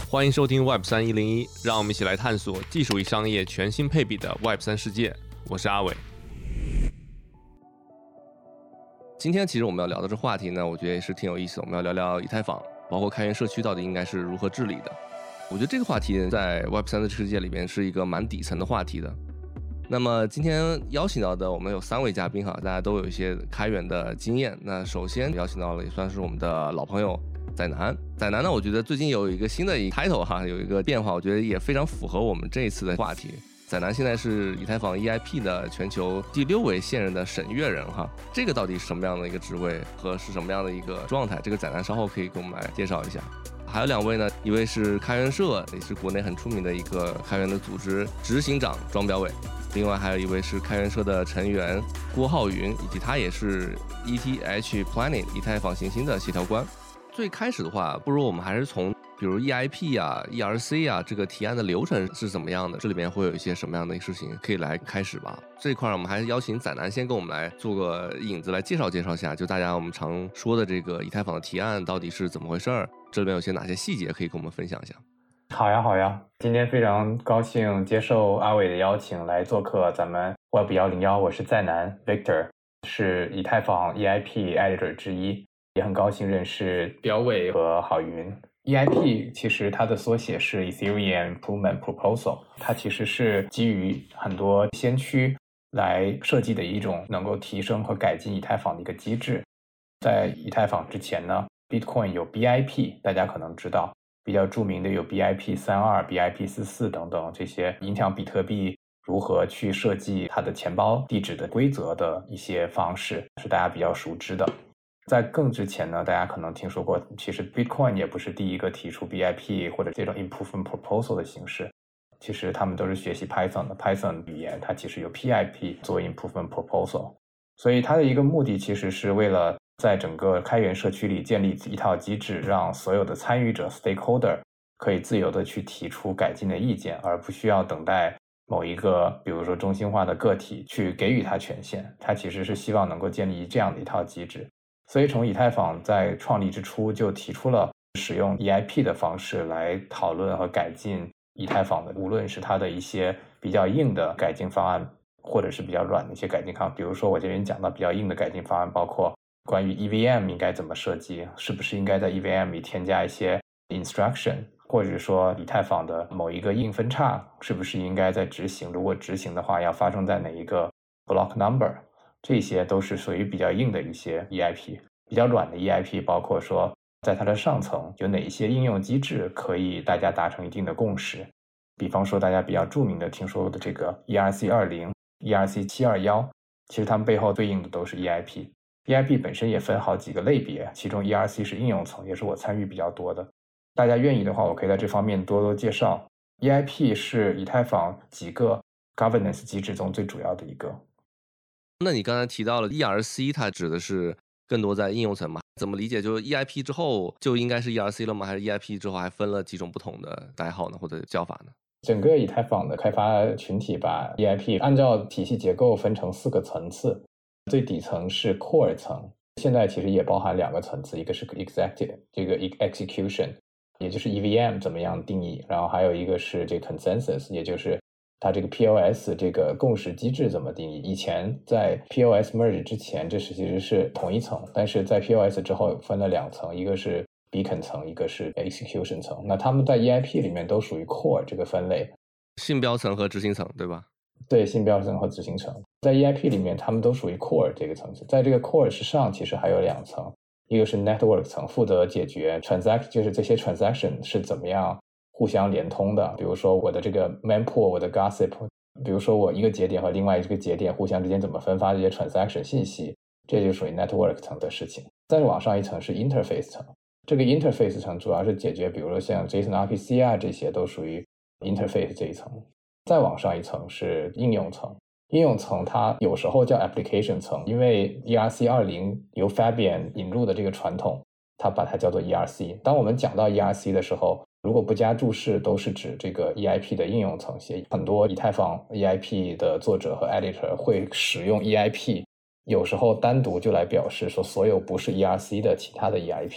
欢迎收听 Web 3.101，让我们一起来探索技术与商业全新配比的 Web 3世界。我是阿伟。今天其实我们要聊的这话题呢，我觉得也是挺有意思的。我们要聊聊以太坊，包括开源社区到底应该是如何治理的。我觉得这个话题在 Web 3的世界里面是一个蛮底层的话题的。那么今天邀请到的我们有3位嘉宾哈，大家都有一些开源的经验。那首先邀请到了也算是我们的老朋友载南。载南呢，我觉得最近有一个新的title哈，有一个变化，我觉得也非常符合我们这一次的话题。载南现在是以太坊 EIP 的全球第6位现任的审阅人哈，这个到底是什么样的一个职位和是什么样的一个状态？这个载南稍后可以给我们来介绍一下。还有2位呢，一位是开源社，也是国内很出名的一个开源的组织执行长庄表伟，另外还有一位是开源社的成员郭浩云，以及他也是 ETH Planning 以太坊行星的协调官。最开始的话，不如我们还是从比如 EIP 啊 ERC 啊这个提案的流程是怎么样的，这里面会有一些什么样的事情可以来开始吧。这一块我们还是邀请载南先跟我们来做个引子，来介绍一下，就大家我们常说的这个以太坊的提案到底是怎么回事，这里面有些哪些细节可以跟我们分享一下。 好呀，今天非常高兴接受阿伟的邀请来做客咱们 Web 101，我是载南 Victor， 是以太坊 EIP Editor 之一，也很高兴认识表伟和郝云。EIP 其实它的缩写是 Ethereum Improvement Proposal， 它其实是基于很多先驱来设计的一种能够提升和改进以太坊的一个机制。在以太坊之前呢， Bitcoin 有 BIP， 大家可能知道，比较著名的有 BIP32、BIP44 等等，这些影响比特币如何去设计它的钱包地址的规则的一些方式，是大家比较熟知的。在更之前呢，大家可能听说过，其实 Bitcoin 也不是第一个提出 BIP 或者这种 Improvement Proposal 的形式，其实他们都是学习 Python 的。Python 语言它其实有 PIP 作为 Improvement Proposal， 所以它的一个目的其实是为了在整个开源社区里建立一套机制，让所有的参与者 Stakeholder 可以自由的去提出改进的意见，而不需要等待某一个比如说中心化的个体去给予它权限。它其实是希望能够建立这样的一套机制。所以从以太坊在创立之初就提出了使用 EIP 的方式来讨论和改进以太坊的，无论是它的一些比较硬的改进方案，或者是比较软的一些改进方案。比如说我这边讲到比较硬的改进方案，包括关于 EVM 应该怎么设计，是不是应该在 EVM 里添加一些 instruction， 或者说以太坊的某一个硬分叉是不是应该在执行，如果执行的话要发生在哪一个 block number，这些都是属于比较硬的一些 EIP。 比较软的 EIP 包括说在它的上层有哪一些应用机制可以大家达成一定的共识，比方说大家比较著名的听说的这个 ERC20、ERC721， 其实它们背后对应的都是 EIP。 EIP 本身也分好几个类别，其中 ERC 是应用层，也是我参与比较多的。大家愿意的话，我可以在这方面多多介绍。 EIP 是以太坊几个 governance 机制中最主要的一个。 那你刚才提到了 ERC， 它指的是更多在应用层嘛？怎么理解？就是 EIP 之后就应该是 ERC 了吗？还是 EIP 之后还分了几种不同的代号呢，或者叫法呢？ 整个以太坊的开发群体把 EIP 按照体系结构分成4个层次，最底层是 Core 层，现在其实也包含2个层次，一个是 Executive 这个 Execution， 也就是 EVM 怎么样定义，然后还有一个是这个 Consensus， 也就是它这个 POS 这个共识机制怎么定义。以前在 POS merge 之前这其实是同一层，但是在 POS 之后分了2层，一个是 Beacon 层，一个是 Execution 层。那他们在 EIP 里面都属于 Core 这个分类， 信标层和执行层对吧？ 对，信标层和执行层在 EIP 里面他们都属于 Core 这个层次。在这个 Core 之上其实还有2层，一个是 Network 层，负责解决 transaction， 就是这些 transaction 是怎么样互相连通的，比如说我的这个 mempool， 我的 gossip， 比如说我一个节点和另外一个节点互相之间怎么分发这些 transaction 信息，这就属于 network 层的事情。再往上一层是 interface 层，这个 interface 层主要是解决比如说像 JSON RPC 啊，这些都属于 interface 这一层。再往上一层是应用层，应用层它有时候叫 application 层，因为 ERC20 由 Fabian 引入的这个传统，它把它叫做 ERC。 当我们讲到 ERC 的时候，如果不加注释都是指这个 EIP 的应用层写。很多以太坊 EIP 的作者和 editor 会使用 EIP， 有时候单独就来表示说所有不是 ERC 的其他的 EIP。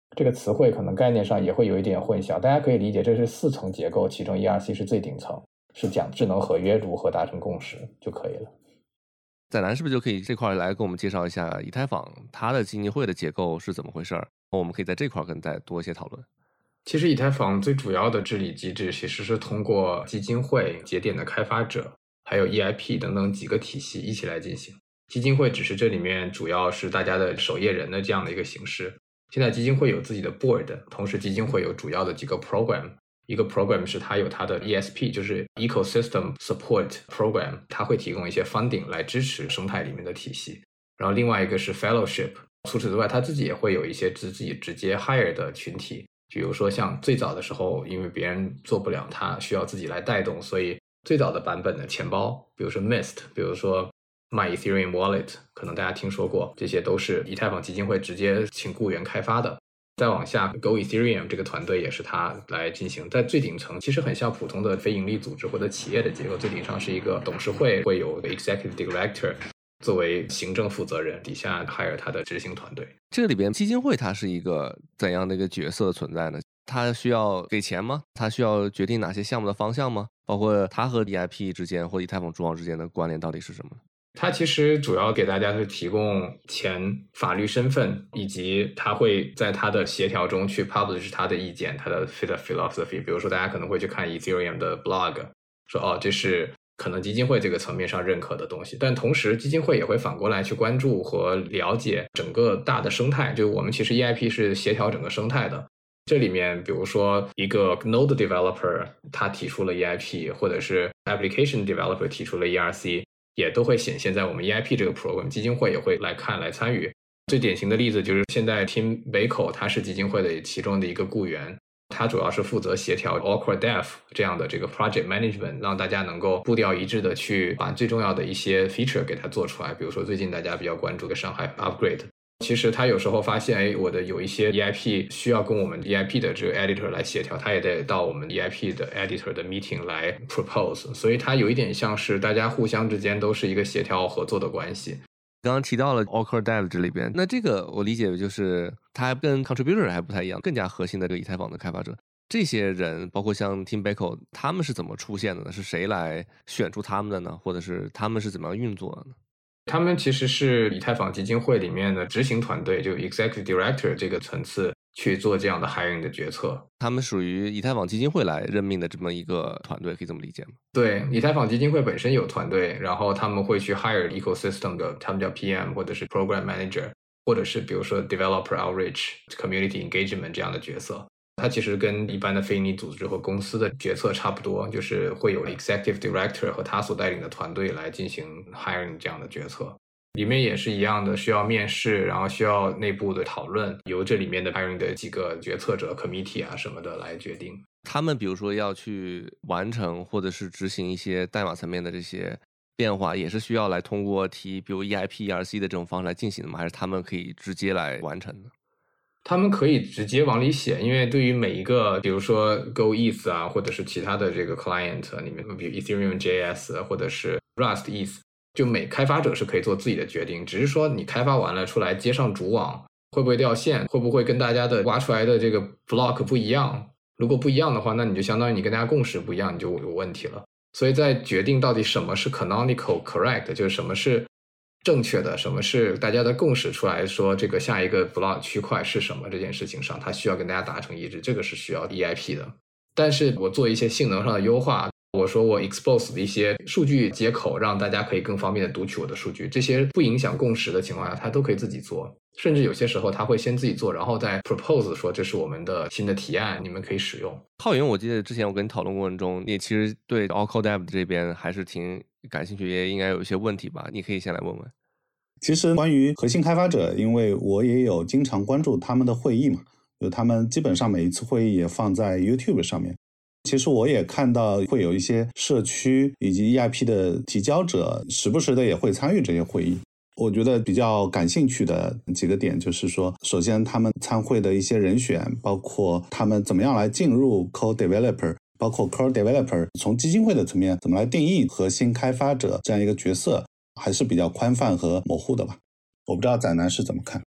这个词汇可能概念上也会有一点混淆，大家可以理解这是4层结构，其中 ERC 是最顶层，是讲智能合约如何达成共识就可以了。 载南是不是就可以这块来给我们介绍一下以太坊它的基金会的结构是怎么回事？我们可以在这块跟再多一些讨论。 其实以太坊最主要的治理机制其实是通过基金会、节点的开发者还有 EIP 等等几个体系一起来进行。基金会只是这里面主要是大家的守夜人的这样的一个形式。现在基金会有自己的 board， 同时基金会有主要的几个 program， 一个 program 是它有它的 ESP， 就是 Ecosystem Support Program， 它会提供一些 funding 来支持生态里面的体系。然后另外一个是 fellowship， 除此之外它自己也会有一些自己直接 hire 的群体，比如说像最早的时候因为别人做不了，它需要自己来带动，所以最早的版本的钱包，比如说 Mist， 比如说My Ethereum Wallet， 可能大家听说过，这些都是以太坊基金会直接请雇员开发的。再往下 Go Ethereum 这个团队也是他来进行。在最顶层其实很像普通的非盈利组织或者企业的结构，最顶上是一个董事会，会有 Executive Director 作为行政负责人，底下hire他的执行团队。 这个里边基金会它是一个怎样的一个角色存在呢？它需要给钱吗？它需要决定哪些项目的方向吗？包括它和 EIP 之间或以太坊主网之间的关联到底是什么？ 它其实主要给大家是提供钱、法律身份，以及它会在它的协调中去 publish 它的意见，它的 philosophy。比如说大家可能会去看 Ethereum 的 blog， 说这是可能基金会这个层面上认可的东西，但同时基金会也会反过来去关注和了解整个大的生态，就我们其实 EIP 是协调整个生态的。这里面比如说一个 Node developer 他提出了 EIP， 或者是 application developer 提出了 ERC，也都会显现在我们 EIP 这个 program， 基金会也会来看来参与。最典型的例子就是现在 Tim Beiko 他是基金会的其中的一个雇员，他主要是负责协调 All-Core Dev 这样的这个 project management， 让大家能够步调一致的去把最重要的一些 feature 给它做出来。比如说最近大家比较关注的上海 Upgrade， 其实他有时候发现我的有一些 EIP 需要跟我们 EIP 的这个 editor 来协调，他也得到我们 EIP 的 editor 的 meeting 来 propose， 所以它有一点像是大家互相之间都是一个协调合作的关系。 刚刚提到了 All-Core Dev 这里边，那这个我理解的就是它跟 contributor 还不太一样，更加核心的这个以太坊的开发者，这些人包括像 Tim Beiko 他们是怎么出现的呢？是谁来选出他们的呢？或者是他们是怎么样运作的呢？ 他们其实是以太坊基金会里面的执行团队，就 Executive Director 这个层次去做这样的 hiring 的决策。 他们属于以太坊基金会来任命的这么一个团队，可以这么理解吗？ 对，以太坊基金会本身有团队，然后他们会去 hire ecosystem 的，他们叫 PM 或者是 Program Manager， 或者是比如说 Developer Outreach、Community Engagement 这样的角色。它其实跟一般的非营利组织和公司的决策差不多，就是会有 Executive Director 和他所带领的团队来进行 hiring 这样的决策。里面也是一样的，需要面试，然后需要内部的讨论，由这里面的 hiring 的几个决策者 committee 啊什么的来决定。 他们比如说要去完成或者是执行一些代码层面的这些变化，也是需要来通过提比如 EIP、ERC 的这种方式来进行的吗？还是他们可以直接来完成的？ 他们可以直接往里写，因为对于每一个比如说 GoETH 啊，或者是其他的这个 client 里面，比如 Ethereum JS 或者是 Rust ETH， 就每开发者是可以做自己的决定，只是说你开发完了出来接上主网会不会掉线，会不会跟大家的挖出来的这个 block 不一样，如果不一样的话，那你就相当于你跟大家共识不一样，你就有问题了。所以在决定到底什么是 canonical correct， 就是什么是正确的，什么是大家的共识出来说这个下一个 block 区块是什么这件事情上，它需要跟大家达成一致，这个是需要 EIP 的。但是我做一些性能上的优化，我说我 expose 的一些数据接口，让大家可以更方便的读取我的数据，这些不影响共识的情况下，它都可以自己做。甚至有些时候他会先自己做，然后再 propose 说这是我们的新的提案，你们可以使用。 浩云，我记得之前我跟你讨论过程中，你其实对 All-Core Dev 这边还是挺感兴趣，也应该有一些问题吧？你可以先来问问。 其实关于核心开发者，因为我也有经常关注他们的会议嘛，就他们基本上每一次会议也放在 YouTube 上面。其实我也看到会有一些社区以及 EIP 的提交者时不时的也会参与这些会议。我觉得比较感兴趣的几个点就是说，首先他们参会的一些人选，包括他们怎么样来进入 Core Developer， 包括 Core Developer 从基金会的层面怎么来定义核心开发者这样一个角色，还是比较宽泛和模糊的吧。我不知道载南是怎么看。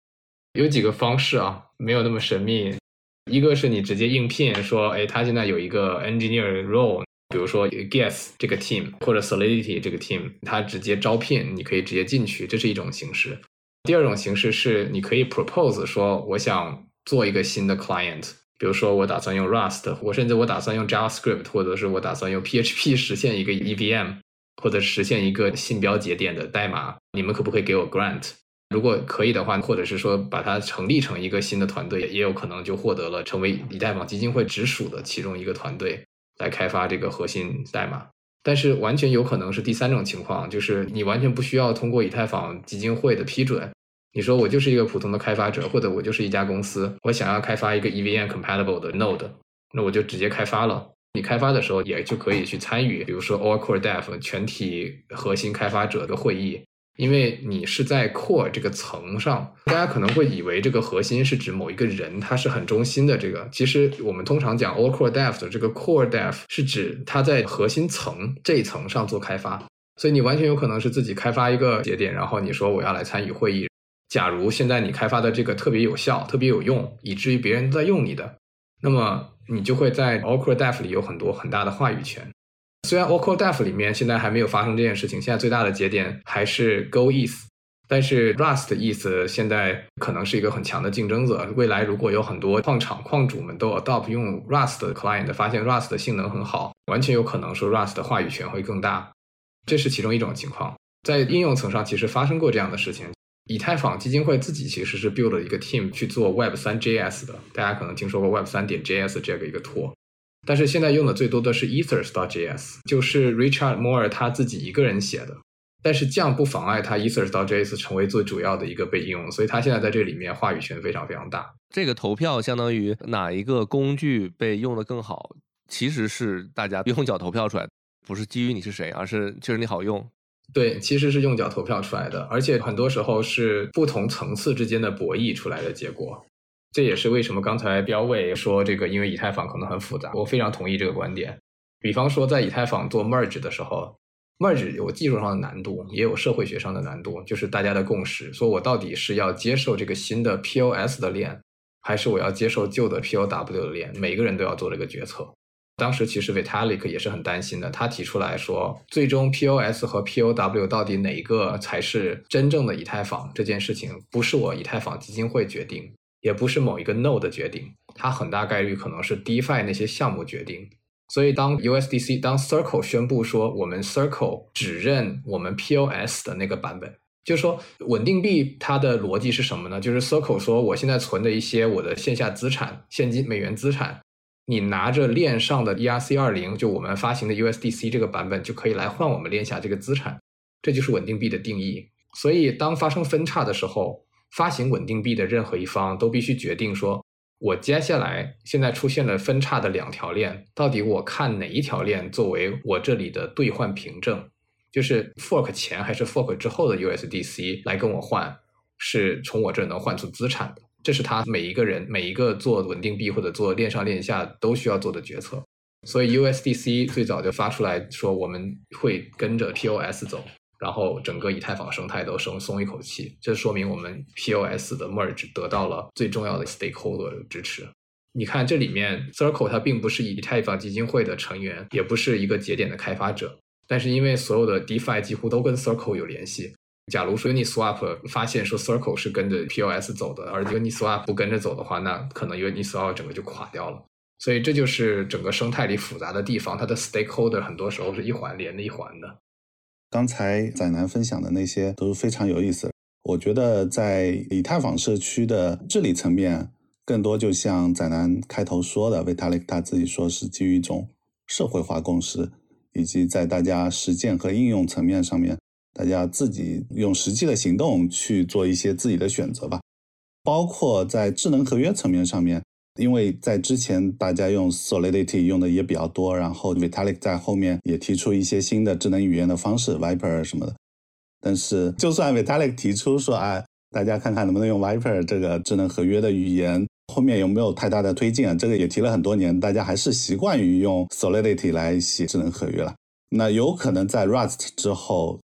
有几个方式啊，没有那么神秘。一个是你直接应聘说，他现在有一个 engineer role， 比如说 Guess 这个 team 或者 Solidity 这个 team， 他直接招聘，你可以直接进去，这是一种形式。第二种形式是你可以 propose 说我想做一个新的 client， 比如说我打算用 Rust， 甚至我打算用 JavaScript， 或者是我打算用 PHP 实现一个 EVM， 或者实现一个信标节点的代码，你们可不可以给我 grant？ 如果可以的话，或者是说把它成立成一个新的团队，也有可能就获得了成为以太坊基金会直属的其中一个团队来开发这个核心代码。但是完全有可能是第三种情况，就是你完全不需要通过以太坊基金会的批准，你说我就是一个普通的开发者，或者我就是一家公司，我想要开发一个 EVM compatible 的 node， 那我就直接开发了。你开发的时候也就可以去参与，比如说 All Core Dev 全体核心开发者的会议，因为你是在 core 这个层上。大家可能会以为这个核心是指某一个人，他是很中心的，这个其实我们通常讲 All Core Dev 的这个 Core Dev 是指他在核心层这一层上做开发，所以你完全有可能是自己开发一个节点，然后你说我要来参与会议。假如现在你开发的这个特别有效，特别有用，以至于别人都在用你的，那么你就会在 All Core Dev 里有很大的话语权。虽然 All Core Dev 里面现在还没有发生这件事情，现在最大的节点还是 GoETH， 但是 Rust ETH 现在可能是一个很强的竞争者。未来如果有很多矿主们都 adopt 用 Rust 的 client， 发现 Rust 的性能很好，完全有可能说 Rust 的话语权会更大，这是其中一种情况。在应用层上其实发生过这样的事情，以太坊基金会自己其实是 build 了一个 team 去做 Web3.js 的，大家可能听说过 Web3.js 这个一个 tool， 但是现在用的最多的是 Ethers.js， 就是 Richard Moore 他自己一个人写的，但是这样不妨碍他 Ethers.js 成为最主要的一个被应用，所以他现在在这里面话语权非常非常大。 这个投票相当于哪一个工具被用得更好，其实是大家用脚投票出来的，不是基于你是谁，而是确实你好用。 对，其实是用脚投票出来的，而且很多时候是不同层次之间的博弈出来的结果。这也是为什么刚才标伟说这个因为以太坊可能很复杂，我非常同意这个观点。比方说在以太坊做 merge 的时候， merge 有技术上的难度，也有社会学上的难度，就是大家的共识，说我到底是要接受这个新的 POS 的链，还是我要接受旧的 POW 的链，每个人都要做这个决策。当时其实 Vitalik 也是很担心的，他提出来说最终 POS 和 POW 到底哪一个才是真正的以太坊，这件事情不是我以太坊基金会决定，也不是某一个 node 的决定，它很大概率可能是 DeFi 那些项目决定。所以当 Circle 宣布说我们 Circle 只认我们 POS 的那个版本，就是说稳定币它的逻辑是什么呢？就是 Circle 说我现在存的一些我的线下资产，现金美元资产，你拿着链上的 ERC20 就我们发行的 USDC 这个版本就可以来换我们链下这个资产，这就是稳定币的定义。所以当发生分叉的时候，发行稳定币的任何一方都必须决定说我接下来现在出现了分叉的两条链，到底我看哪一条链作为我这里的兑换凭证，就是 fork 前还是 fork 之后的 USDC 来跟我换，是从我这能换出资产的。这是他每一个人每一个做稳定币或者做链上链下都需要做的决策。所以 USDC 最早就发出来说我们会跟着 POS 走，然后整个以太坊生态都松一口气，这说明我们 POS 的 merge 得到了最重要的 stakeholder 的支持。你看这里面 Circle 它并不是以太坊基金会的成员，也不是一个节点的开发者，但是因为所有的 DeFi 几乎都跟 Circle 有联系，假如说 Uniswap 发现说 Circle 是跟着 POS 走的，而 Uniswap 不跟着走的话，那可能 Uniswap 整个就垮掉了。所以这就是整个生态里复杂的地方，它的 stakeholder 很多时候是一环连着一环的。 刚才载南分享的那些都是非常有意思的。我觉得在以太坊社区的治理层面，更多就像载南开头说的 Vitalik 他自己说是基于一种社会化共识，以及在大家实践和应用层面上面，大家自己用实际的行动去做一些自己的选择吧。包括在智能合约层面上面，因为在之前大家用 Solidity 用的也比较多，然后 Vitalik 在后面也提出一些新的智能语言的方式 Viper 什么的。但是就算 Vitalik 提出说大家看看能不能用 Viper 这个智能合约的语言，后面有没有太大的推进啊？这个也提了很多年，大家还是习惯于用 Solidity 来写智能合约了。那有可能在 Rust 之后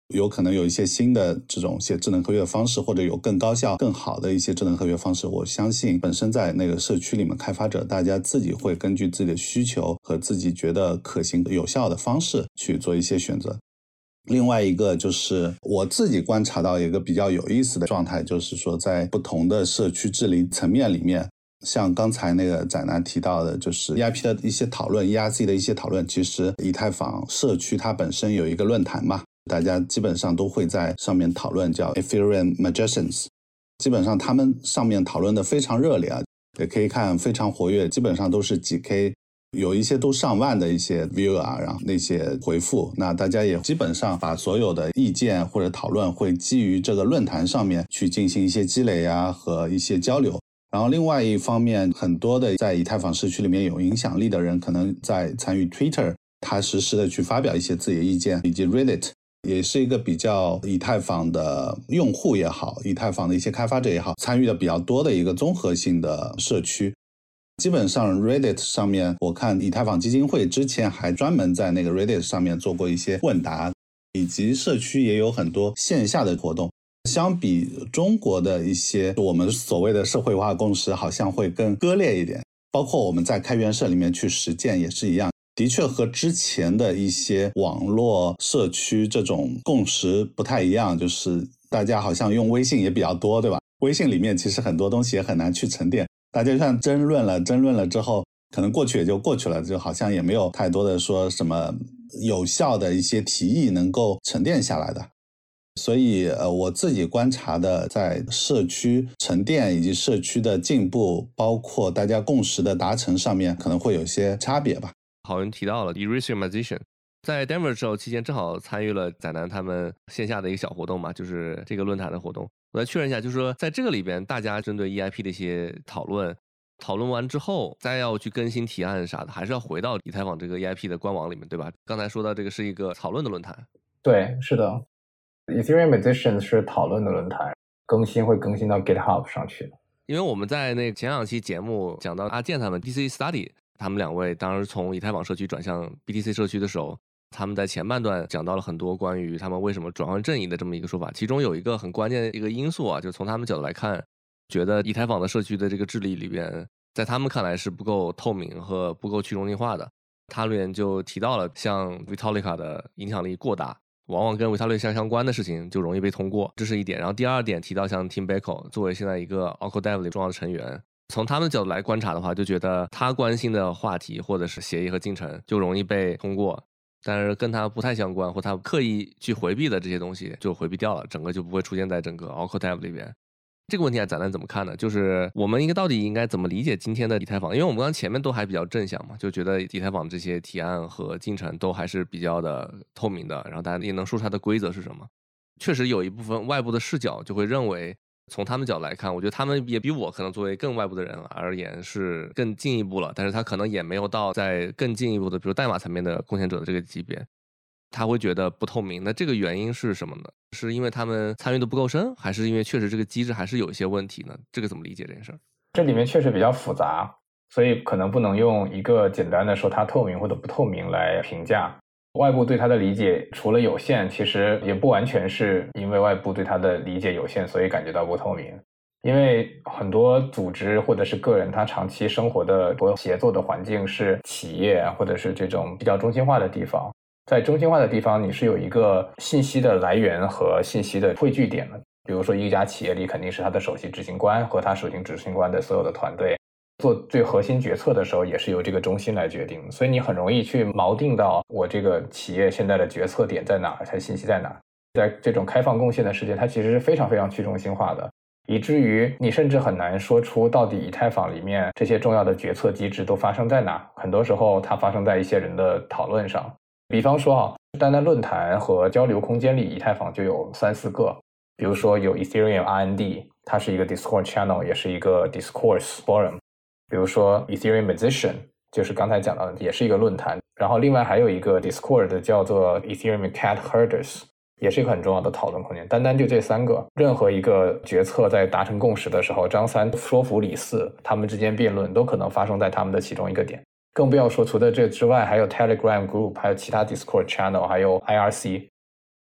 有可能有一些新的这种写智能合约的方式，或者有更高效更好的一些智能合约方式，我相信本身在那个社区里面开发者大家自己会根据自己的需求和自己觉得可行有效的方式去做一些选择。另外一个就是我自己观察到一个比较有意思的状态，就是说在不同的社区治理层面里面，像刚才那个展南提到的，就是 EIP 的一些讨论 ERC 的一些讨论，其实以太坊社区它本身有一个论坛嘛，大家基本上都会在上面讨论，叫 Ethereum Magicians， 基本上他们上面讨论的非常热烈啊，也可以看非常活跃，基本上都是几 K， 有一些都上万的一些 view 啊，然后那些回复，那大家也基本上把所有的意见或者讨论会基于这个论坛上面去进行一些积累啊和一些交流。然后另外一方面，很多的在以太坊社区里面有影响力的人，可能在参与 Twitter， 他实时的去发表一些自己的意见，以及 Reddit 也是一个比较以太坊的用户也好，以太坊的一些开发者也好，参与的比较多的一个综合性的社区。基本上 Reddit 上面，我看以太坊基金会之前还专门在那个 Reddit 上面做过一些问答，以及社区也有很多线下的活动。相比中国的一些我们所谓的社会化共识好像会更割裂一点，包括我们在开源社里面去实践也是一样，的确和之前的一些网络社区这种共识不太一样，就是大家好像用微信也比较多，对吧？微信里面其实很多东西也很难去沉淀，大家就算争论了之后，可能过去也就过去了，就好像也没有太多的说什么有效的一些提议能够沉淀下来的。所以我自己观察的，在社区沉淀以及社区的进步，包括大家共识的达成上面，可能会有些差别吧。 好人提到了 Ethereum Magician， 在 Denver 之后期间正好参与了载南他们线下的一个小活动嘛，就是这个论坛的活动。我再确认一下，就是说在这个里边，大家针对 EIP 的一些讨论完之后，再要去更新提案啥的，还是要回到以太坊这个 EIP 的官网里面，对吧？刚才说到这个是一个讨论的论坛。 对，是的。Ethereum Magicians 是讨论的论坛，会更新到 GitHub 上去。 因为我们在那前两期节目讲到阿健他们 BTC Study， 他们两位当时从以太坊社区转向 BTC 社区的时候，他们在前半段讲到了很多关于他们为什么转换阵营的这么一个说法，其中有一个很关键的一个因素啊，就从他们角度来看，觉得以太坊的社区的这个治理里边，在他们看来是不够透明和不够去中心化的。他里面就提到了像 Vitalik 的影响力过大，往往跟维塔利相关的事情就容易被通过，这是一点。然后第二点提到像 Tim Beckle 作为现在一个 Oracle Dev 里重要的成员，从他们的角度来观察的话，就觉得他关心的话题或者是协议和进程就容易被通过，但是跟他不太相关或他刻意去回避的这些东西就回避掉了，整个就不会出现在整个 Oracle Dev 里边。这个问题咱们怎么看呢？就是我们到底应该怎么理解今天的以太坊？因为我们刚前面都还比较正向嘛，就觉得以太坊这些提案和进程都还是比较的透明的，然后大家也能说出它的规则是什么。确实有一部分外部的视角就会认为，从他们角度来看，我觉得他们也比我可能作为更外部的人而言是更进一步了，但是他可能也没有到在更进一步的比如代码层面的贡献者的这个级别，他会觉得不透明。那这个原因是什么呢？是因为他们参与的不够深，还是因为确实这个机制还是有一些问题呢？这个怎么理解这件事儿？ 这里面确实比较复杂，所以可能不能用一个简单的说它透明或者不透明来评价。外部对它的理解除了有限，其实也不完全是因为外部对它的理解有限所以感觉到不透明。因为很多组织或者是个人他长期生活的协作的环境是企业或者是这种比较中心化的地方，在中心化的地方你是有一个信息的来源和信息的汇聚点的。比如说一家企业里肯定是他的首席执行官和他首席执行官的所有的团队做最核心决策的时候也是由这个中心来决定，所以你很容易去锚定到我这个企业现在的决策点在哪儿，它信息在哪儿。在这种开放贡献的世界，它其实是非常非常去中心化的，以至于你甚至很难说出到底以太坊里面这些重要的决策机制都发生在哪。很多时候它发生在一些人的讨论上，比方说单单论坛和交流空间里以太坊就有3-4个，比如说有 Ethereum R&D， 它是一个 Discord channel 也是一个 Discourse Forum， 比如说 Ethereum Magician 就是刚才讲到的也是一个论坛，然后另外还有一个 Discord 叫做 Ethereum Cat Herders， 也是一个很重要的讨论空间。单单就这3个，任何一个决策在达成共识的时候，张三说服李四，他们之间辩论都可能发生在他们的其中一个点。更不要说除了这之外还有 Telegram Group， 还有其他 Discord Channel， 还有 IRC。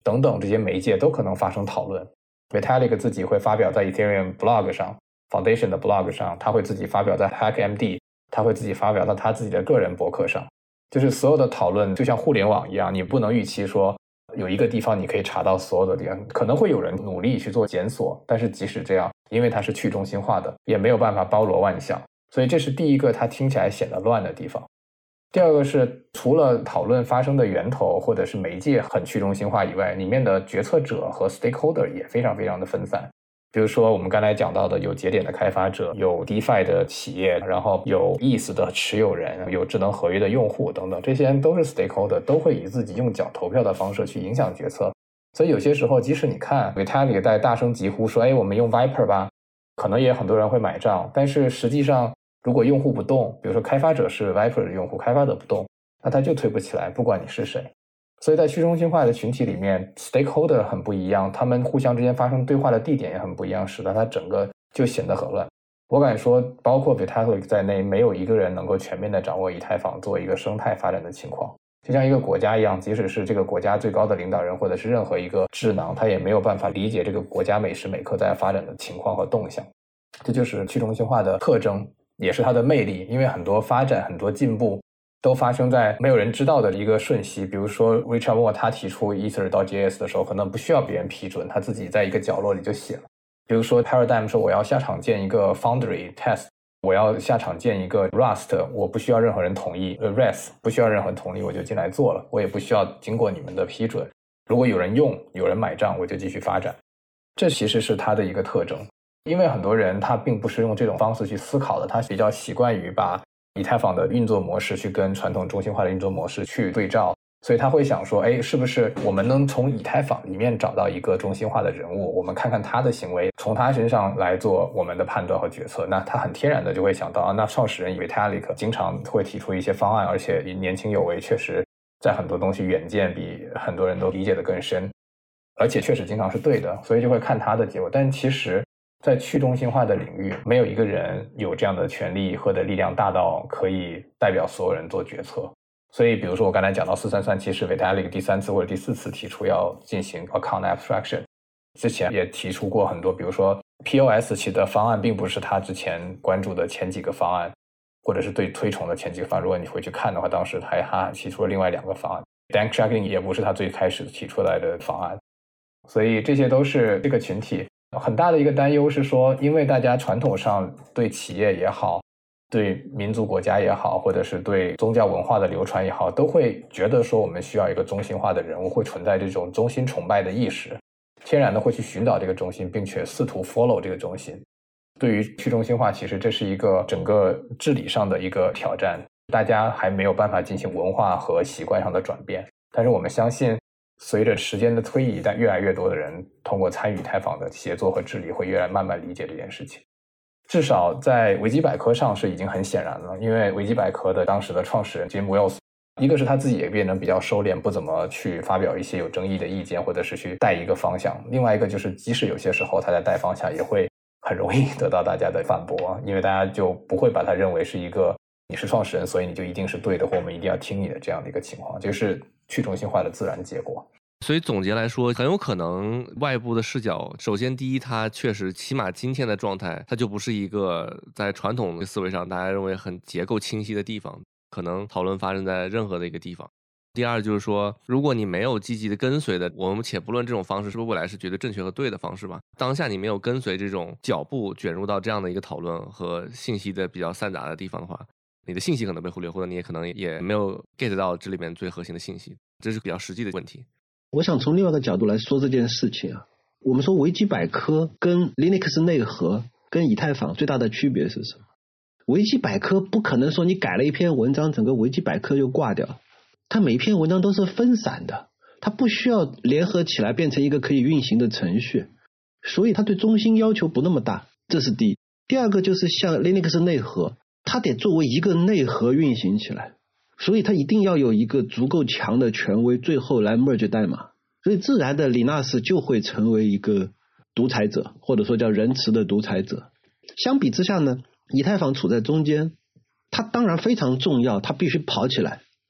等等这些媒介都可能发生讨论。Vitalik 自己会发表在 Ethereum blog 上 Foundation 的 blog 上，他会自己发表在 HackMD， 他会自己发表在他自己的个人博客上。就是所有的讨论就像互联网一样，你不能预期说有一个地方你可以查到所有的点，可能会有人努力去做检索，但是即使这样，因为它是去中心化的，也没有办法包罗万象。所以这是第一个它听起来显得乱的地方。第二个是除了讨论发生的源头或者是媒介很去中心化以外，里面的决策者和 stakeholder 也非常非常的分散。比如说我们刚才讲到的，有节点的开发者，有 DeFi 的企业，然后有 ETH 的持有人，有智能合约的用户等等，这些人都是 stakeholder， 都会以自己用脚投票的方式去影响决策。所以有些时候即使你看 Vitalik 在大声疾呼说我们用 Viper 吧，可能也很多人会买账，但是实际上如果用户不动，比如说开发者是 Viper 的用户，开发者不动，那他就推不起来，不管你是谁。所以在去中心化的群体里面 stakeholder 很不一样，他们互相之间发生对话的地点也很不一样，使得它整个就显得很乱。我敢说包括 Vitalik 在内，没有一个人能够全面的掌握以太坊作为一个生态发展的情况。就像一个国家一样，即使是这个国家最高的领导人或者是任何一个智囊，他也没有办法理解这个国家每时每刻在发展的情况和动向。这就是去中心化的特征，也是它的魅力，因为很多发展很多进步都发生在没有人知道的一个瞬息。比如说 Richard Moore 他提出 Ether.js 的时候，可能不需要别人批准，他自己在一个角落里就写了。比如说 Paradigm 说我要下场建一个 Foundry Test， 我要下场建一个 Rust， 我不需要任何人同意，REST 不需要任何人同意，我就进来做了，我也不需要经过你们的批准，如果有人用有人买账，我就继续发展。这其实是它的一个特征。因为很多人他并不是用这种方式去思考的，他比较习惯于把以太坊的运作模式去跟传统中心化的运作模式去对照，所以他会想说是不是我们能从以太坊里面找到一个中心化的人物，我们看看他的行为，从他身上来做我们的判断和决策。那他很天然的就会想到那创始人 Vitalik 经常会提出一些方案，而且年轻有为，确实在很多东西远见比很多人都理解的更深，而且确实经常是对的，所以就会看他的结果。但其实在去中心化的领域，没有一个人有这样的权力或者力量大到可以代表所有人做决策。所以比如说我刚才讲到433，其实 Vitalik 第3次或者第4次提出要进行 account abstraction， 之前也提出过很多，比如说 POS 其的方案并不是他之前关注的前几个方案，或者是对推崇的前几个方案，如果你回去看的话，当时他还提出了另外2个方案， Danktracking 也不是他最开始提出来的方案。所以这些都是这个群体很大的一个担忧，是说因为大家传统上对企业也好，对民族国家也好，或者是对宗教文化的流传也好，都会觉得说我们需要一个中心化的人物，会存在这种中心崇拜的意识，天然的会去寻找这个中心，并且试图 follow 这个中心。对于去中心化，其实这是一个整个治理上的一个挑战，大家还没有办法进行文化和习惯上的转变。但是我们相信随着时间的推移，但越来越多的人通过参与以太坊的协作和治理，会慢慢理解这件事情。至少在维基百科上是已经很显然了，因为维基百科的当时的创始人 Jim Wells， 一个是他自己也变得比较收敛，不怎么去发表一些有争议的意见，或者是去带一个方向。另外一个就是即使有些时候他在带方向，也会很容易得到大家的反驳，因为大家就不会把他认为是一个你是创始人所以你就一定是对的，或我们一定要听你的这样的一个情况，就是去中心化的自然结果。 所以总结来说，很有可能外部的视角，首先第一，它确实起码今天的状态，它就不是一个在传统的思维上大家认为很结构清晰的地方，可能讨论发生在任何的一个地方。第二就是说，如果你没有积极的跟随的，我们且不论这种方式是不是未来是绝对正确和对的方式吧，当下你没有跟随这种脚步卷入到这样的一个讨论和信息的比较散杂的地方的话，你的信息可能被忽略，或者你也可能也没有 get 到这里面最核心的信息，这是比较实际的问题。 我想从另外一个角度来说这件事情啊，我们说维基百科跟 Linux 内核跟以太坊最大的区别是什么？维基百科不可能说你改了一篇文章，整个维基百科就挂掉，它每篇文章都是分散的，它不需要联合起来变成一个可以运行的程序，所以它对中心要求不那么大，这是第一。第二个就是像 Linux 内核，它得作为一个内核运行起来，所以它一定要有一个足够强的权威，最后来 merge 代码，所以自然的李纳斯就会成为一个独裁者，或者说叫仁慈的独裁者。相比之下呢，以太坊处在中间，它当然非常重要，它必须跑起来，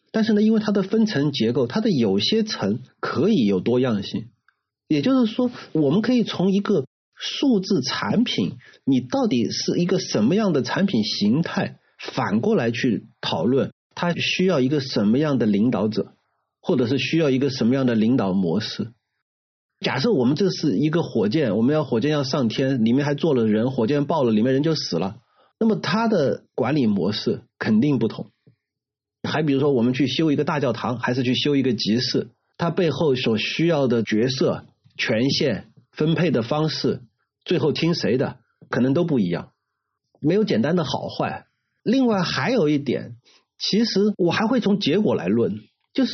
但是呢，因为它的分层结构，它的有些层可以有多样性，也就是说，我们可以从一个数字产品，你到底是一个什么样的产品形态，反过来去讨论，它需要一个什么样的领导者，或者是需要一个什么样的领导模式。假设我们这是一个火箭，我们火箭要上天，里面还坐了人，火箭爆了，里面人就死了，那么它的管理模式肯定不同。还比如说我们去修一个大教堂，还是去修一个集市，它背后所需要的角色、权限、分配的方式，最后听谁的可能都不一样，没有简单的好坏。另外还有一点，其实我还会从结果来论，就是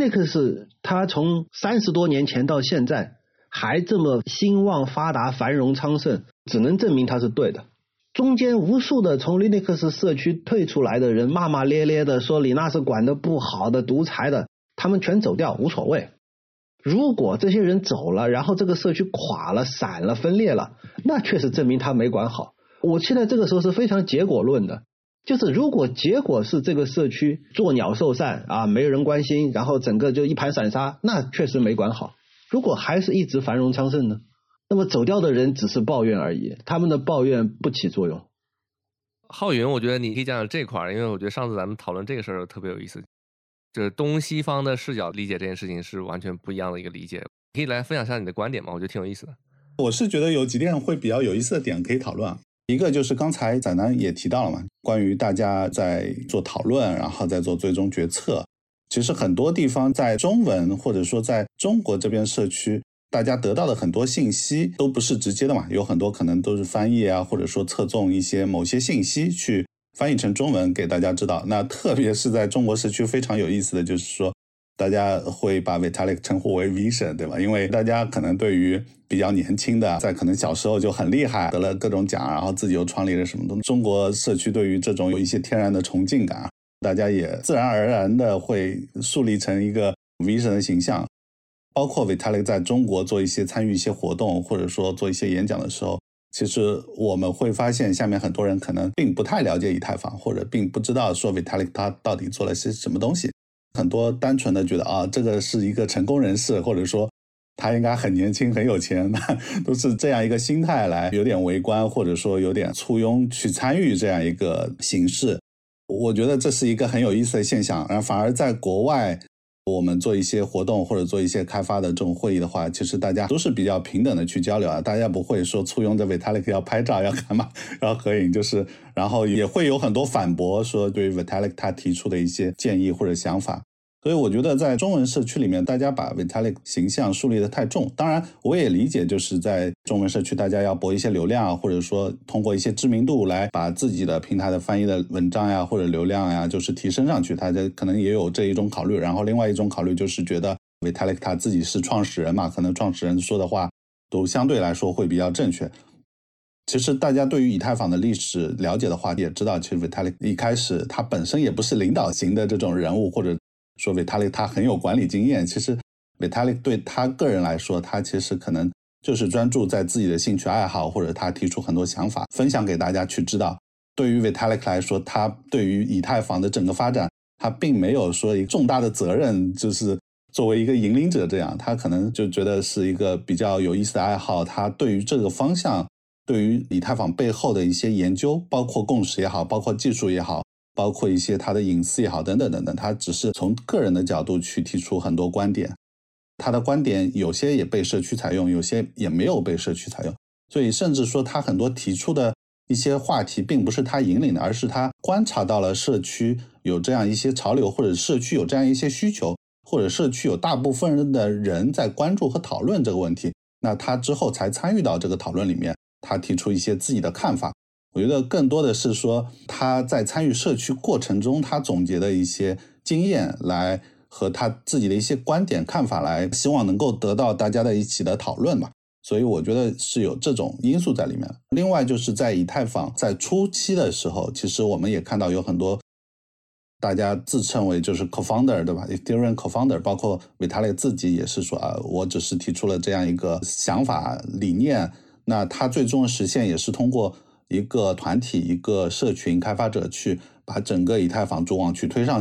Linux 它从30多年前到现在还这么兴旺发达繁荣昌盛，只能证明它是对的。中间无数的从 Linux 社区退出来的人骂骂咧咧的说李纳是管得不好的独裁的，他们全走掉无所谓。如果这些人走了，然后这个社区垮了、散了、分裂了，那确实证明他没管好。我现在这个时候是非常结果论的，就是如果结果是这个社区作鸟兽散啊，没有人关心，然后整个就一盘散沙，那确实没管好。如果还是一直繁荣昌盛呢，那么走掉的人只是抱怨而已，他们的抱怨不起作用。 浩云，我觉得你可以讲讲这块，因为我觉得上次咱们讨论这个事儿特别有意思，就是东西方的视角理解这件事情是完全不一样的一个理解，可以来分享一下你的观点吗？我觉得挺有意思的。 我是觉得有几点会比较有意思的点可以讨论啊。一个就是刚才载南也提到了嘛，关于大家在做讨论，然后在做最终决策。其实很多地方在中文或者说在中国这边社区，大家得到的很多信息都不是直接的嘛，有很多可能都是翻译啊，或者说侧重一些某些信息去翻译成中文给大家知道。那特别是在中国社区非常有意思的就是说，大家会把 Vitalik 称呼为 Vision， 对吧？因为大家可能对于比较年轻的，在可能小时候就很厉害，得了各种奖，然后自己又创立了什么东西，中国社区对于这种有一些天然的崇敬感，大家也自然而然的会树立成一个 Vision 的形象。包括 Vitalik 在中国做一些参与一些活动，或者说做一些演讲的时候，其实我们会发现下面很多人可能并不太了解以太坊，或者并不知道说 Vitalik 他到底做了些什么东西，很多单纯的觉得啊，这个是一个成功人士，或者说他应该很年轻很有钱，都是这样一个心态来有点围观，或者说有点簇拥去参与这样一个形式。我觉得这是一个很有意思的现象。然后反而在国外我们做一些活动或者做一些开发的这种会议的话，其实大家都是比较平等的去交流啊，大家不会说簇拥着 Vitalik 要拍照要干嘛要合影，就是然后也会有很多反驳说对于 Vitalik 他提出的一些建议或者想法。所以我觉得在中文社区里面，大家把 Vitalik 形象树立的太重。当然我也理解，就是在中文社区大家要博一些流量，或者说通过一些知名度来把自己的平台的翻译的文章呀或者流量呀就是提升上去，大家可能也有这一种考虑。然后另外一种考虑就是觉得 Vitalik 他自己是创始人嘛，可能创始人说的话都相对来说会比较正确。其实大家对于以太坊的历史了解的话，也知道其实 Vitalik 一开始他本身也不是领导型的这种人物，或者说 Vitalik 他很有管理经验。其实 Vitalik 对他个人来说，他其实可能就是专注在自己的兴趣爱好，或者他提出很多想法分享给大家去知道。对于 Vitalik 来说，他对于以太坊的整个发展，他并没有说一个重大的责任，就是作为一个引领者这样，他可能就觉得是一个比较有意思的爱好。他对于这个方向，对于以太坊背后的一些研究，包括共识也好，包括技术也好，包括一些他的隐私也好，等等等等，他只是从个人的角度去提出很多观点。他的观点有些也被社区采用，有些也没有被社区采用。所以甚至说他很多提出的一些话题并不是他引领的，而是他观察到了社区有这样一些潮流，或者社区有这样一些需求，或者社区有大部分的人在关注和讨论这个问题，那他之后才参与到这个讨论里面，他提出一些自己的看法。我觉得更多的是说他在参与社区过程中他总结的一些经验，来和他自己的一些观点看法，来希望能够得到大家的一起的讨论吧。所以我觉得是有这种因素在里面。另外就是在以太坊在初期的时候，其实我们也看到有很多大家自称为就是 co-founder， 对吧？ Ethereum co-founder， 包括 Vitalik 自己也是说我只是提出了这样一个想法理念，那他最终的实现也是通过一个团体一个社群开发者去把整个以太坊主网去推上线的。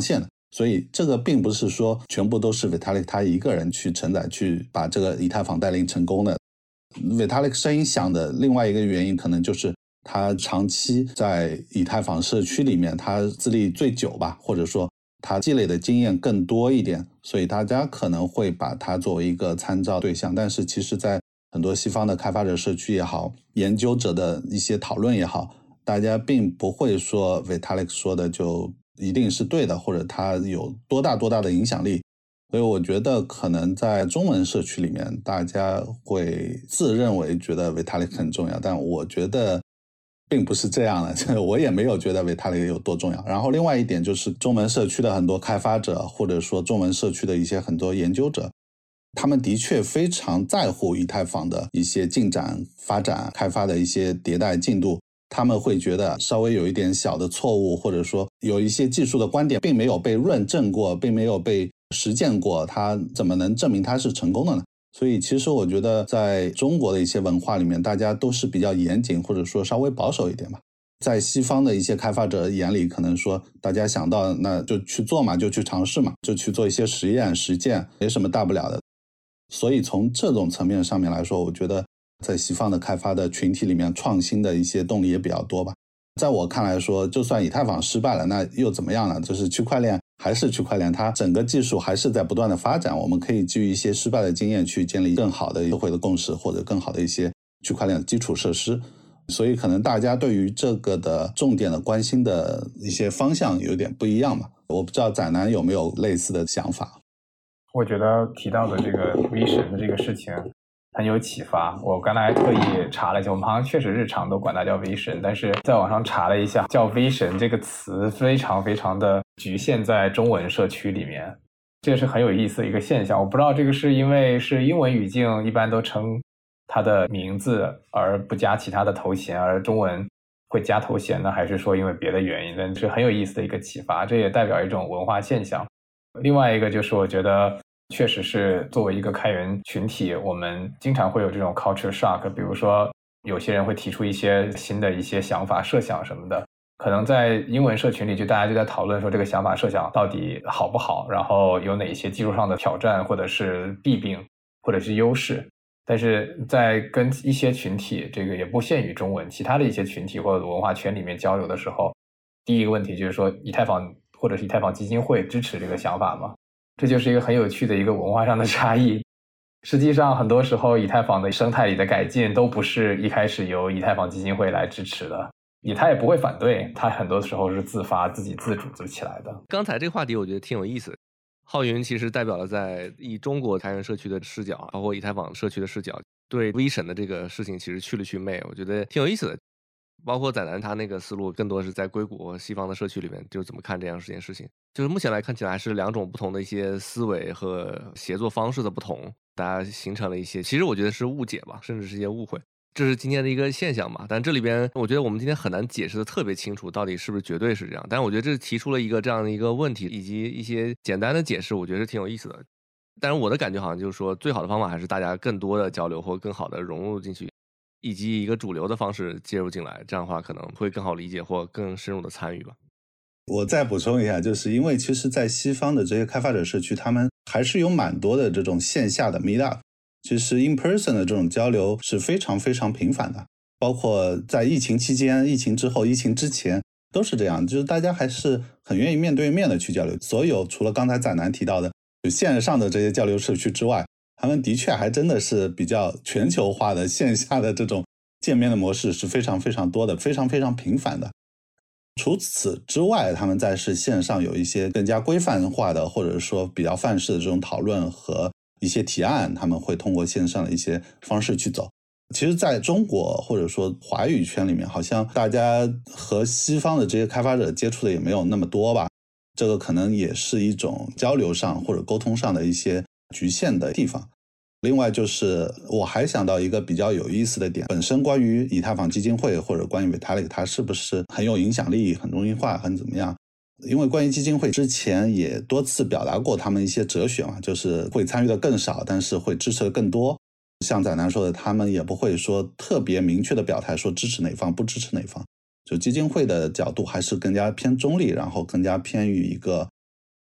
所以这个并不是说全部都是 Vitalik 他一个人去承载去把这个以太坊带领成功的。Vitalik 声音响的另外一个原因可能就是他长期在以太坊社区里面，他资历最久吧，或者说他积累的经验更多一点，所以大家可能会把他作为一个参照对象。但是其实在很多西方的开发者社区也好，研究者的一些讨论也好，大家并不会说 Vitalik 说的就一定是对的，或者他有多大的影响力。所以我觉得可能在中文社区里面，大家会自认为觉得 Vitalik 很重要，但我觉得并不是这样的，我也没有觉得 Vitalik 有多重要。然后另外一点就是中文社区的很多开发者，或者说中文社区的一些很多研究者，他们的确非常在乎以太坊的一些进展、发展、开发的一些迭代进度。他们会觉得稍微有一点小的错误，或者说有一些技术的观点并没有被论证过，并没有被实践过，它怎么能证明它是成功的呢？所以其实我觉得在中国的一些文化里面，大家都是比较严谨，或者说稍微保守一点吧。在西方的一些开发者眼里，可能说大家想到那就去做嘛，就去尝试嘛，就去做一些实验实践，没什么大不了的。所以从这种层面上面来说，我觉得在西方的开发的群体里面，创新的一些动力也比较多吧。在我看来说，就算以太坊失败了，那又怎么样呢？就是区块链还是区块链，它整个技术还是在不断的发展。我们可以基于一些失败的经验去建立更好的社会的共识，或者更好的一些区块链的基础设施。所以可能大家对于这个的重点的关心的一些方向有点不一样吧。我不知道展南有没有类似的想法。 我觉得提到的这个 Vision 的这个事情很有启发。我刚才特意查了一下，我们好像确实日常都管它叫 Vision， 但是在网上查了一下，叫 Vision 这个词非常的局限在中文社区里面，这是很有意思的一个现象。我不知道这个是因为是英文语境一般都称它的名字而不加其他的头衔，而中文会加头衔呢，还是说因为别的原因？但是很有意思的一个启发，这也代表一种文化现象。另外一个就是我觉得确实是作为一个开源群体，我们经常会有这种 culture shock， 比如说有些人会提出一些新的一些想法设想什么的，可能在英文社群里大家就在讨论说这个想法设想到底好不好，然后有哪些技术上的挑战或者是弊病或者是优势。但是在跟一些群体，这个也不限于中文，其他的一些群体或者文化圈里面交流的时候，第一个问题就是说以太坊或者是以太坊基金会支持这个想法吗？这就是一个很有趣的一个文化上的差异。实际上很多时候以太坊的生态里的改进都不是一开始由以太坊基金会来支持的，以太也不会反对，它很多时候是自发自己自组织起来的。 刚才这个话题我觉得挺有意思的，浩云其实代表了在以中国开源社区的视角，包括以太坊社区的视角，对 Vision 的这个事情其实去了去魅，我觉得挺有意思的。包括载南他那个思路更多是在硅谷西方的社区里面就怎么看这样这件事情，就是目前来看起来还是两种不同的一些思维和协作方式的不同，大家形成了一些其实我觉得是误解吧，甚至是一些误会，这是今天的一个现象嘛。但这里边我觉得我们今天很难解释的特别清楚到底是不是绝对是这样，但是我觉得这提出了一个这样的一个问题以及一些简单的解释，我觉得是挺有意思的。但是我的感觉好像就是说最好的方法还是大家更多的交流或更好的融入进去，以及一个主流的方式介入进来，这样的话可能会更好理解或更深入的参与吧。 我再补充一下，就是因为其实在西方的这些开发者社区，他们还是有蛮多的这种线下的 meet up， 其实 in person 的这种交流是非常频繁的，包括在疫情期间、疫情之后、疫情之前都是这样，就是大家还是很愿意面对面的去交流。所有除了刚才载南提到的就线上的这些交流社区之外，他们的确还真的是比较全球化的线下的这种见面的模式是非常多的，非常频繁的。除此之外，他们在是线上有一些更加规范化的或者说比较范式的这种讨论和一些提案，他们会通过线上的一些方式去走。其实在中国或者说华语圈里面，好像大家和西方的这些开发者接触的也没有那么多吧，这个可能也是一种交流上或者沟通上的一些局限的地方。另外就是我还想到一个比较有意思的点，本身关于以太坊基金会或者关于 Vitalik 它是不是很有影响力、很容易化、很怎么样，因为关于基金会之前也多次表达过他们一些哲学嘛，就是会参与的更少，但是会支持的更多。像载南说的，他们也不会说特别明确的表态说支持哪方不支持哪方，就基金会的角度还是更加偏中立，然后更加偏于一个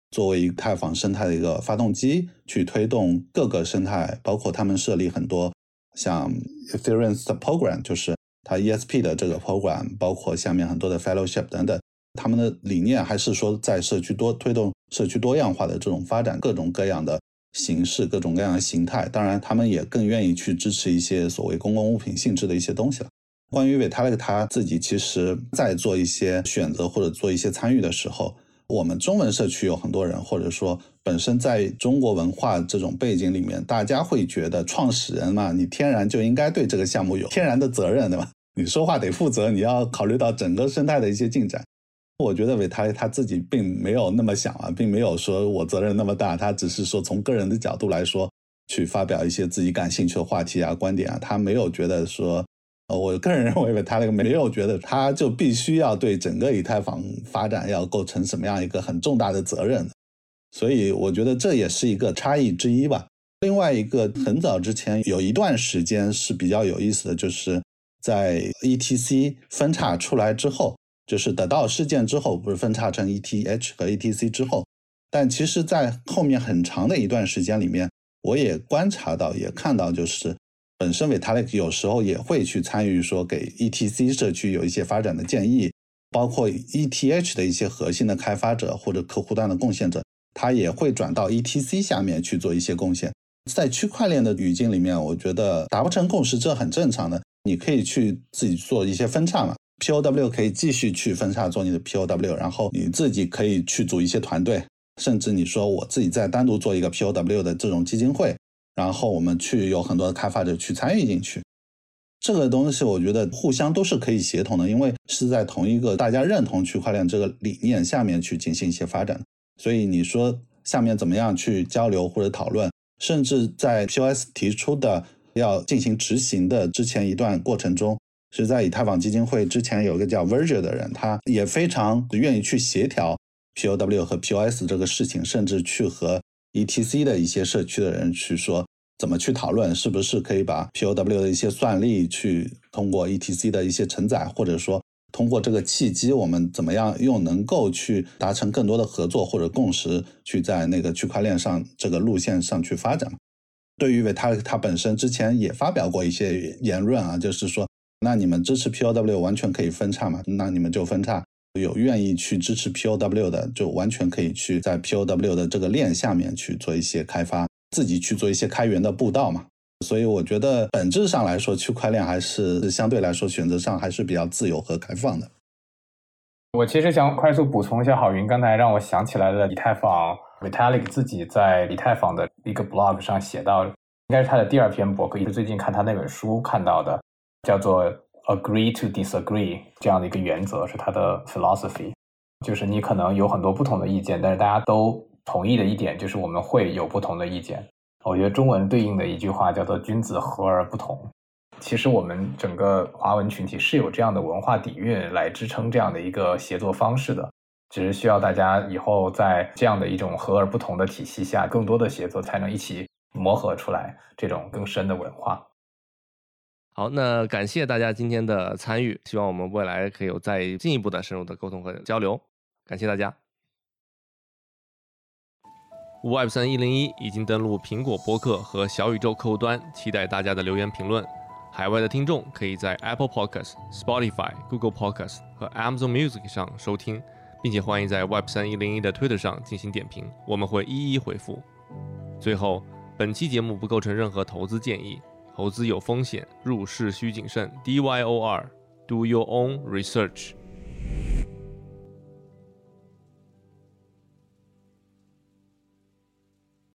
作为以太坊生态的一个发动机，去推动各个生态，包括他们设立很多像 Ethereum 的 program， 就是它 ESP 的这个 program， 包括下面很多的 fellowship 等等，他们的理念还是说在推动社区多样化的这种发展，各种各样的形式，各种各样的形态。当然他们也更愿意去支持一些所谓公共物品性质的一些东西了。关于 Vitalik 他自己其实在做一些选择或者做一些参与的时候，我们中文社区有很多人，或者说本身在中国文化这种背景里面，大家会觉得创始人嘛，你天然就应该对这个项目有天然的责任，对吧？你说话得负责，你要考虑到整个生态的一些进展。我觉得Vitalik他自己并没有那么想啊，并没有说我责任那么大，他只是说从个人的角度来说，去发表一些自己感兴趣的话题啊、观点啊，他没有觉得说我个人认为他没有觉得他就必须要对整个以太坊发展要构成什么样一个很重大的责任，所以我觉得这也是一个差异之一吧。另外一个很早之前有一段时间是比较有意思的，就是在 ETC 分叉出来之后，就是得到事件之后，不是分叉成 ETH 和 ETC 之后，但其实在后面很长的一段时间里面，我也观察到也看到，就是本身 Vitalik 有时候也会去参与说给 ETC 社区有一些发展的建议，包括 ETH 的一些核心的开发者或者客户端的贡献者，他也会转到 ETC 下面去做一些贡献。在区块链的语境里面，我觉得达不成共识这很正常的，你可以去自己做一些分叉嘛， POW 可以继续去分叉做你的 POW， 然后你自己可以去组一些团队，甚至你说我自己再单独做一个 POW 的这种基金会，然后我们去有很多的开发者去参与进去，这个东西我觉得互相都是可以协同的，因为是在同一个大家认同区块链这个理念下面去进行一些发展。所以你说下面怎么样去交流或者讨论，甚至在 POS 提出的要进行执行的之前一段过程中，是在以太坊基金会之前有一个叫 Virgil 的人，他也非常愿意去协调 POW 和 POS 这个事情，甚至去和 ETC 的一些社区的人去说怎么去讨论，是不是可以把 POW 的一些算力去通过 ETC 的一些承载，或者说通过这个契机我们怎么样又能够去达成更多的合作或者共识，去在那个区块链上这个路线上去发展。对于他本身之前也发表过一些言论啊，就是说那你们支持 POW 完全可以分叉嘛，那你们就分叉，有愿意去支持 POW 的就完全可以去在 POW 的这个链下面去做一些开发，自己去做一些开源的步道嘛。所以我觉得本质上来说，区块链还是相对来说选择上还是比较自由和开放的。 我其实想快速补充一下郝云刚才让我想起来的以太坊 Vitalik 自己在以太坊的一个 blog 上写到，应该是他的第2篇博客，也是最近看他那本书看到的，叫做 Agree to Disagree 这样的一个原则，是他的 philosophy， 就是你可能有很多不同的意见，但是大家都同意的一点就是我们会有不同的意见。我觉得中文对应的一句话叫做君子和而不同。其实我们整个华文群体是有这样的文化底蕴来支撑这样的一个协作方式的，只是需要大家以后在这样的一种和而不同的体系下，更多的协作才能一起磨合出来这种更深的文化。 好，那感谢大家今天的参与，希望我们未来可以有再进一步的深入的沟通和交流，感谢大家。Web3-101已经登录苹果播客和小宇宙客户端，期待大家的留言评论。海外的听众可以在 Apple Podcast、Spotify、Google Podcast 和 Amazon Music 上收听，并且欢迎在 Web3-101的 Twitter 上进行点评，我们会一一回复。最后，本期节目不构成任何投资建议，投资有风险，入市需谨慎。DYOR Do your own research.